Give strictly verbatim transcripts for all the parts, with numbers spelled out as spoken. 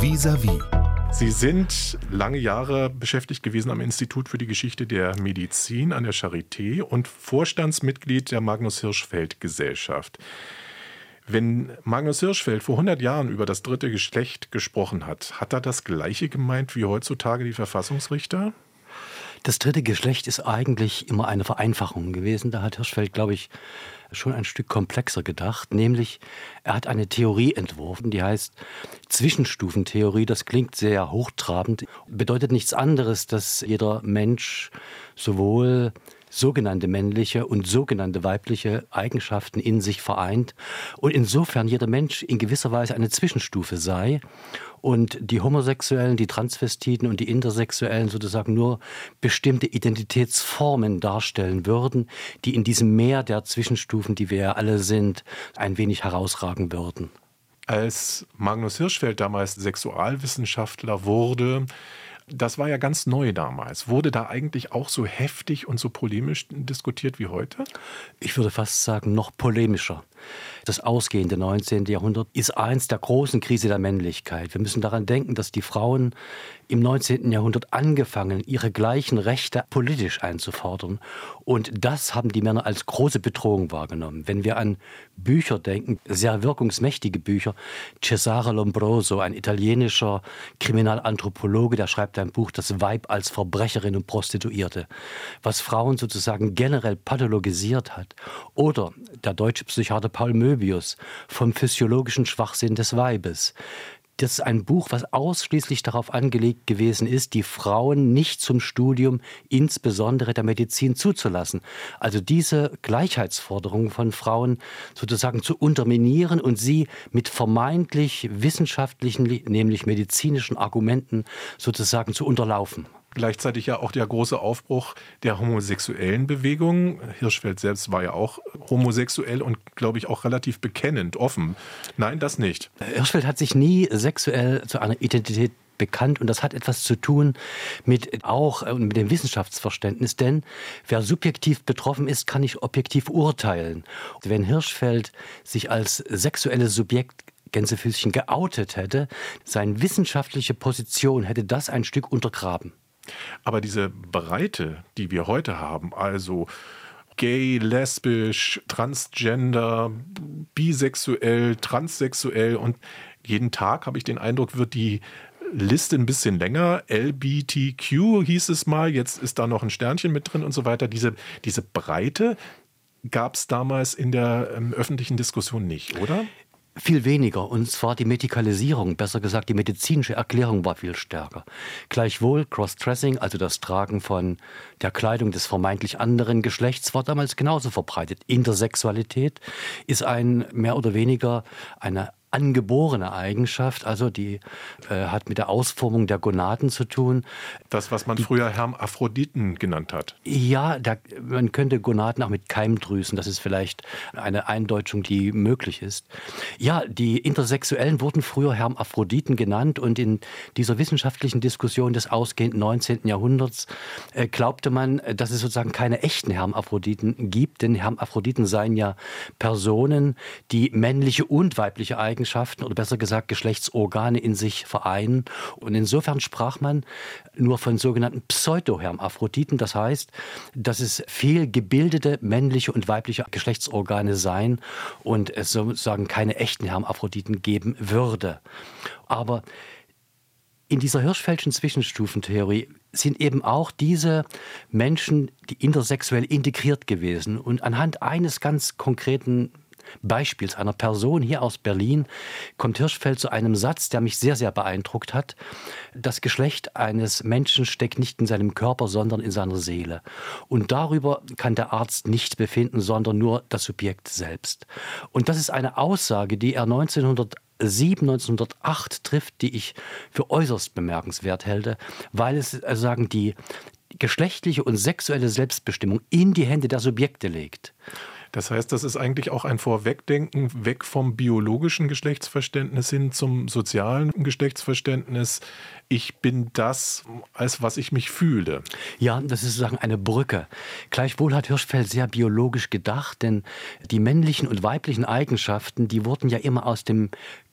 Vis-à-vis. Sie sind lange Jahre beschäftigt gewesen am Institut für die Geschichte der Medizin an der Charité und Vorstandsmitglied der Magnus-Hirschfeld-Gesellschaft. Wenn Magnus Hirschfeld vor hundert Jahren über das dritte Geschlecht gesprochen hat, hat er das Gleiche gemeint wie heutzutage die Verfassungsrichter? Das dritte Geschlecht ist eigentlich immer eine Vereinfachung gewesen. Da hat Hirschfeld, glaube ich, schon ein Stück komplexer gedacht. Nämlich, er hat eine Theorie entworfen, die heißt Zwischenstufentheorie. Das klingt sehr hochtrabend, bedeutet nichts anderes, dass jeder Mensch sowohl sogenannte männliche und sogenannte weibliche Eigenschaften in sich vereint und insofern jeder Mensch in gewisser Weise eine Zwischenstufe sei und die Homosexuellen, die Transvestiten und die Intersexuellen sozusagen nur bestimmte Identitätsformen darstellen würden, die in diesem Meer der Zwischenstufen, die wir ja alle sind, ein wenig herausragen würden. Als Magnus Hirschfeld damals Sexualwissenschaftler wurde, das war ja ganz neu damals. Wurde da eigentlich auch so heftig und so polemisch diskutiert wie heute? Ich würde fast sagen, noch polemischer. Das ausgehende neunzehnte. Jahrhundert ist eins der großen Krise der Männlichkeit. Wir müssen daran denken, dass die Frauen im neunzehnten. Jahrhundert angefangen, ihre gleichen Rechte politisch einzufordern. Und das haben die Männer als große Bedrohung wahrgenommen. Wenn wir an Bücher denken, sehr wirkungsmächtige Bücher, Cesare Lombroso, ein italienischer Kriminalanthropologe, der schreibt ein Buch, Das Weib als Verbrecherin und Prostituierte, was Frauen sozusagen generell pathologisiert hat. Oder der deutsche Psychiater Paul Möbius vom physiologischen Schwachsinn des Weibes. Das ist ein Buch, was ausschließlich darauf angelegt gewesen ist, die Frauen nicht zum Studium, insbesondere der Medizin, zuzulassen. Also diese Gleichheitsforderungen von Frauen sozusagen zu unterminieren und sie mit vermeintlich wissenschaftlichen, nämlich medizinischen Argumenten sozusagen zu unterlaufen. Gleichzeitig ja auch der große Aufbruch der homosexuellen Bewegung. Hirschfeld selbst war ja auch homosexuell und, glaube ich, auch relativ bekennend, offen. Nein, das nicht. Hirschfeld hat sich nie sexuell zu einer Identität bekannt und das hat etwas zu tun mit auch mit dem Wissenschaftsverständnis, denn wer subjektiv betroffen ist, kann nicht objektiv urteilen. Wenn Hirschfeld sich als sexuelles Subjekt Gänsefüßchen geoutet hätte, seine wissenschaftliche Position hätte das ein Stück untergraben. Aber diese Breite, die wir heute haben, also gay, lesbisch, transgender, bisexuell, transsexuell und jeden Tag, habe ich den Eindruck, wird die Liste ein bisschen länger. L G B T Q hieß es mal, jetzt ist da noch ein Sternchen mit drin und so weiter. Diese, diese Breite gab es damals in der ähm, öffentlichen Diskussion nicht, oder? Viel weniger, und zwar die Medikalisierung, besser gesagt die medizinische Erklärung war viel stärker. Gleichwohl Crossdressing, also das Tragen von der Kleidung des vermeintlich anderen Geschlechts, war damals genauso verbreitet. Intersexualität ist ein mehr oder weniger eine angeborene Eigenschaft, also die äh, hat mit der Ausformung der Gonaden zu tun. Das, was man die, früher Hermaphroditen genannt hat. Ja, da, man könnte Gonaden auch mit Keimdrüsen, das ist vielleicht eine Eindeutschung, die möglich ist. Ja, die Intersexuellen wurden früher Hermaphroditen genannt und in dieser wissenschaftlichen Diskussion des ausgehenden neunzehnten. Jahrhunderts äh, glaubte man, dass es sozusagen keine echten Hermaphroditen gibt, denn Hermaphroditen seien ja Personen, die männliche und weibliche Eigenschaften oder besser gesagt Geschlechtsorgane in sich vereinen. Und insofern sprach man nur von sogenannten Pseudo-Hermaphroditen. Das heißt, dass es fehlgebildete männliche und weibliche Geschlechtsorgane seien und es sozusagen keine echten Hermaphroditen geben würde. Aber in dieser Hirschfeldschen Zwischenstufentheorie sind eben auch diese Menschen, die intersexuell integriert gewesen. Und anhand eines ganz konkreten Beispiels einer Person hier aus Berlin kommt Hirschfeld zu einem Satz, der mich sehr, sehr beeindruckt hat. Das Geschlecht eines Menschen steckt nicht in seinem Körper, sondern in seiner Seele. Und darüber kann der Arzt nicht befinden, sondern nur das Subjekt selbst. Und das ist eine Aussage, die er neunzehnhundertsieben, neunzehnhundertacht trifft, die ich für äußerst bemerkenswert halte, weil es also sagen, die geschlechtliche und sexuelle Selbstbestimmung in die Hände der Subjekte legt. Das heißt, das ist eigentlich auch ein Vorwegdenken weg vom biologischen Geschlechtsverständnis hin zum sozialen Geschlechtsverständnis. Ich bin das, als was ich mich fühle. Ja, das ist sozusagen eine Brücke. Gleichwohl hat Hirschfeld sehr biologisch gedacht, denn die männlichen und weiblichen Eigenschaften, die wurden ja immer aus dem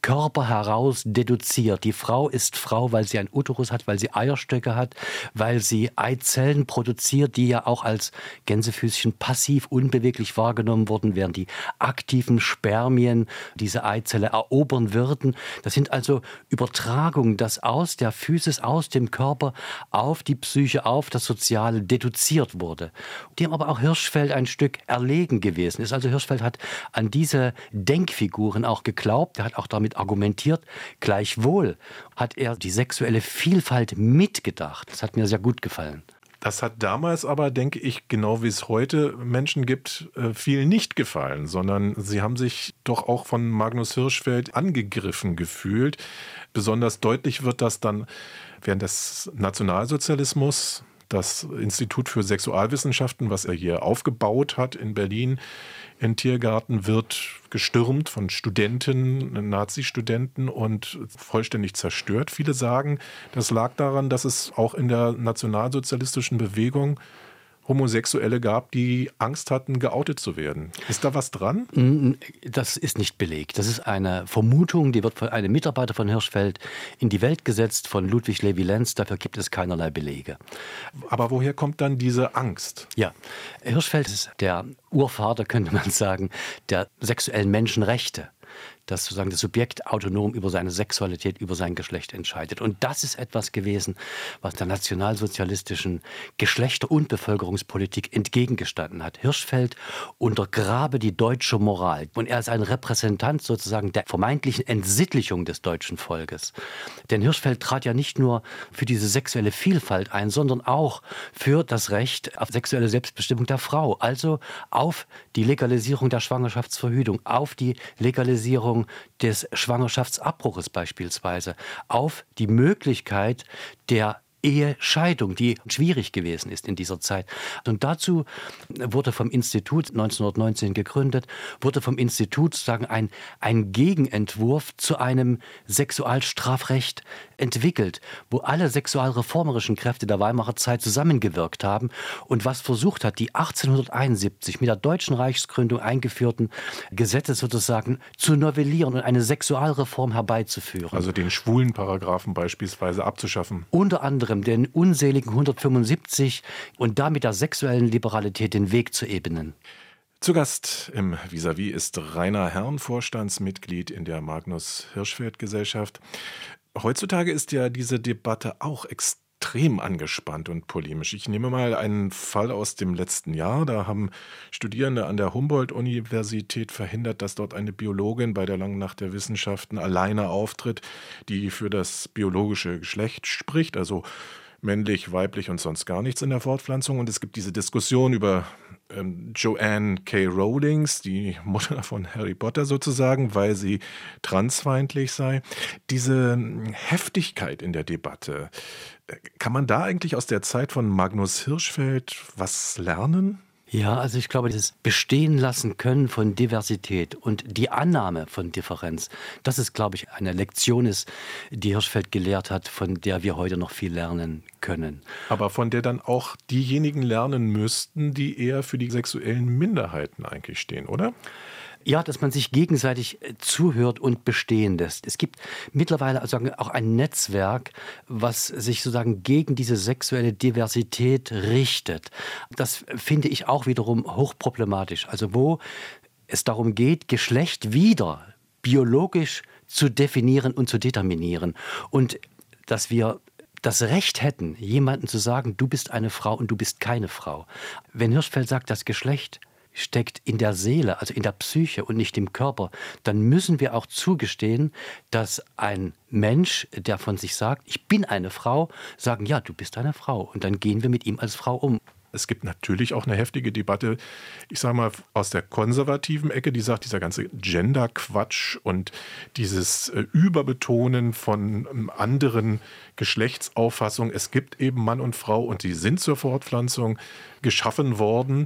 Körper heraus deduziert. Die Frau ist Frau, weil sie einen Uterus hat, weil sie Eierstöcke hat, weil sie Eizellen produziert, die ja auch als Gänsefüßchen passiv unbeweglich wahrgenommen wurden, während die aktiven Spermien diese Eizelle erobern würden. Das sind also Übertragungen, dass aus der Physis, aus dem Körper auf die Psyche, auf das Soziale deduziert wurde. Dem aber auch Hirschfeld ein Stück erlegen gewesen ist. Also Hirschfeld hat an diese Denkfiguren auch geglaubt, er hat auch damit argumentiert. Gleichwohl hat er die sexuelle Vielfalt mitgedacht. Das hat mir sehr gut gefallen. Das hat damals aber, denke ich, genau wie es heute Menschen gibt, viel nicht gefallen, sondern sie haben sich doch auch von Magnus Hirschfeld angegriffen gefühlt. Besonders deutlich wird das dann während des Nationalsozialismus. Das Institut für Sexualwissenschaften, was er hier aufgebaut hat in Berlin, in Tiergarten, wird gestürmt von Studenten, Nazi-Studenten und vollständig zerstört. Viele sagen, das lag daran, dass es auch in der nationalsozialistischen Bewegung Homosexuelle gab, die Angst hatten, geoutet zu werden. Ist da was dran? Das ist nicht belegt. Das ist eine Vermutung, die wird von einem Mitarbeiter von Hirschfeld in die Welt gesetzt, von Ludwig Levi-Lenz. Dafür gibt es keinerlei Belege. Aber woher kommt dann diese Angst? Ja, Hirschfeld ist der Urvater, könnte man sagen, der sexuellen Menschenrechte. Dass sozusagen das Subjekt autonom über seine Sexualität, über sein Geschlecht entscheidet. Und das ist etwas gewesen, was der nationalsozialistischen Geschlechter- und Bevölkerungspolitik entgegengestanden hat. Hirschfeld untergrabe die deutsche Moral. Und er ist ein Repräsentant sozusagen der vermeintlichen Entsittlichung des deutschen Volkes. Denn Hirschfeld trat ja nicht nur für diese sexuelle Vielfalt ein, sondern auch für das Recht auf sexuelle Selbstbestimmung der Frau. Also auf die Legalisierung der Schwangerschaftsverhütung, auf die Legalisierung des Schwangerschaftsabbruches beispielsweise, auf die Möglichkeit der Ehescheidung, die schwierig gewesen ist in dieser Zeit. Und dazu wurde vom Institut neunzehnhundertneunzehn gegründet, wurde vom Institut sozusagen ein, ein Gegenentwurf zu einem Sexualstrafrecht entwickelt, wo alle sexualreformerischen Kräfte der Weimarer Zeit zusammengewirkt haben und was versucht hat, die achtzehnhunderteinundsiebzig mit der Deutschen Reichsgründung eingeführten Gesetze sozusagen zu novellieren und eine Sexualreform herbeizuführen. Also den schwulen Paragraphen beispielsweise abzuschaffen. Unter anderem den unseligen hundertfünfundsiebzig und damit der sexuellen Liberalität den Weg zu ebnen. Zu Gast im Vis-à-vis ist Rainer Herrn, Vorstandsmitglied in der Magnus-Hirschfeld-Gesellschaft. Heutzutage ist ja diese Debatte auch extrem angespannt und polemisch. Ich nehme mal einen Fall aus dem letzten Jahr. Da haben Studierende an der Humboldt-Universität verhindert, dass dort eine Biologin bei der Langen Nacht der Wissenschaften alleine auftritt, die für das biologische Geschlecht spricht, also männlich, weiblich und sonst gar nichts in der Fortpflanzung. Und es gibt diese Diskussion über ähm, Joanne K. Rowlings, die Mutter von Harry Potter sozusagen, weil sie transfeindlich sei. Diese Heftigkeit in der Debatte, kann man da eigentlich aus der Zeit von Magnus Hirschfeld was lernen? Ja, also ich glaube, das Bestehen lassen können von Diversität und die Annahme von Differenz, das ist, glaube ich, eine Lektion ist, die Hirschfeld gelehrt hat, von der wir heute noch viel lernen können. Aber von der dann auch diejenigen lernen müssten, die eher für die sexuellen Minderheiten eigentlich stehen, oder? Ja, dass man sich gegenseitig zuhört und bestehen lässt. Es gibt mittlerweile also auch ein Netzwerk, was sich sozusagen gegen diese sexuelle Diversität richtet. Das finde ich auch wiederum hochproblematisch. Also wo es darum geht, Geschlecht wieder biologisch zu definieren und zu determinieren. Und dass wir das Recht hätten, jemandem zu sagen, du bist eine Frau und du bist keine Frau. Wenn Hirschfeld sagt, das Geschlecht steckt in der Seele, also in der Psyche und nicht im Körper, dann müssen wir auch zugestehen, dass ein Mensch, der von sich sagt, ich bin eine Frau, sagen, ja, du bist eine Frau. Und dann gehen wir mit ihm als Frau um. Es gibt natürlich auch eine heftige Debatte, ich sage mal, aus der konservativen Ecke, die sagt, dieser ganze Gender-Quatsch und dieses äh, Überbetonen von ähm, anderen Geschlechtsauffassungen. Es gibt eben Mann und Frau und die sind zur Fortpflanzung geschaffen worden.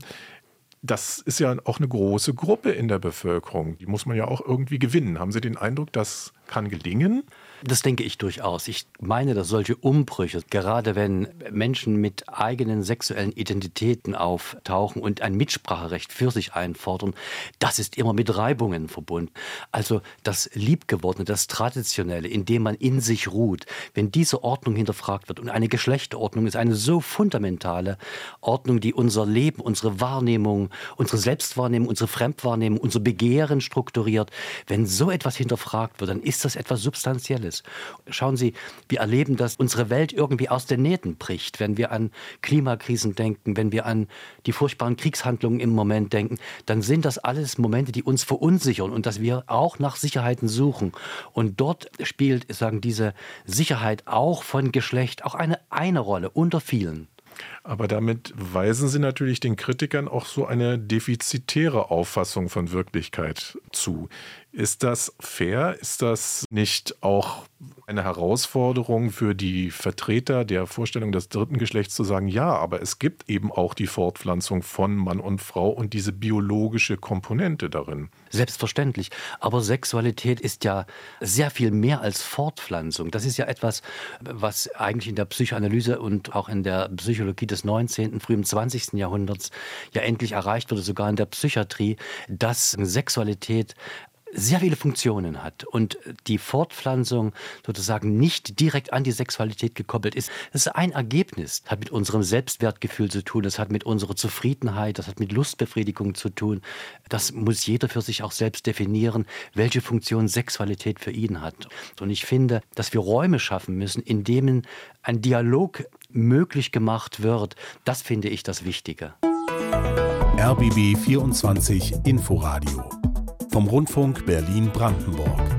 Das ist ja auch eine große Gruppe in der Bevölkerung. Die muss man ja auch irgendwie gewinnen. Haben Sie den Eindruck, dass kann gelingen? Das denke ich durchaus. Ich meine, dass solche Umbrüche, gerade wenn Menschen mit eigenen sexuellen Identitäten auftauchen und ein Mitspracherecht für sich einfordern, das ist immer mit Reibungen verbunden. Also das Liebgewordene, das Traditionelle, in dem man in sich ruht, wenn diese Ordnung hinterfragt wird, und eine Geschlechterordnung ist eine so fundamentale Ordnung, die unser Leben, unsere Wahrnehmung, unsere Selbstwahrnehmung, unsere Fremdwahrnehmung, unser Begehren strukturiert, wenn so etwas hinterfragt wird, dann ist das etwas Substanzielles. Schauen Sie, wir erleben, dass unsere Welt irgendwie aus den Nähten bricht, wenn wir an Klimakrisen denken, wenn wir an die furchtbaren Kriegshandlungen im Moment denken, dann sind das alles Momente, die uns verunsichern und dass wir auch nach Sicherheiten suchen. Und dort spielt, sagen, diese Sicherheit auch von Geschlecht auch eine, eine Rolle unter vielen. Aber damit weisen Sie natürlich den Kritikern auch so eine defizitäre Auffassung von Wirklichkeit zu. Ist das fair? Ist das nicht auch eine Herausforderung für die Vertreter der Vorstellung des dritten Geschlechts zu sagen, ja, aber es gibt eben auch die Fortpflanzung von Mann und Frau und diese biologische Komponente darin? Selbstverständlich. Aber Sexualität ist ja sehr viel mehr als Fortpflanzung. Das ist ja etwas, was eigentlich in der Psychoanalyse und auch in der Psychologie des neunzehnten, frühen zwanzigsten Jahrhunderts ja endlich erreicht wurde, sogar in der Psychiatrie, dass Sexualität sehr viele Funktionen hat und die Fortpflanzung sozusagen nicht direkt an die Sexualität gekoppelt ist. Das ist ein Ergebnis, hat mit unserem Selbstwertgefühl zu tun, das hat mit unserer Zufriedenheit, das hat mit Lustbefriedigung zu tun. Das muss jeder für sich auch selbst definieren, welche Funktion Sexualität für ihn hat. Und ich finde, dass wir Räume schaffen müssen, in denen ein Dialog möglich gemacht wird. Das finde ich das Wichtige. R B B vierundzwanzig Inforadio vom Rundfunk Berlin-Brandenburg.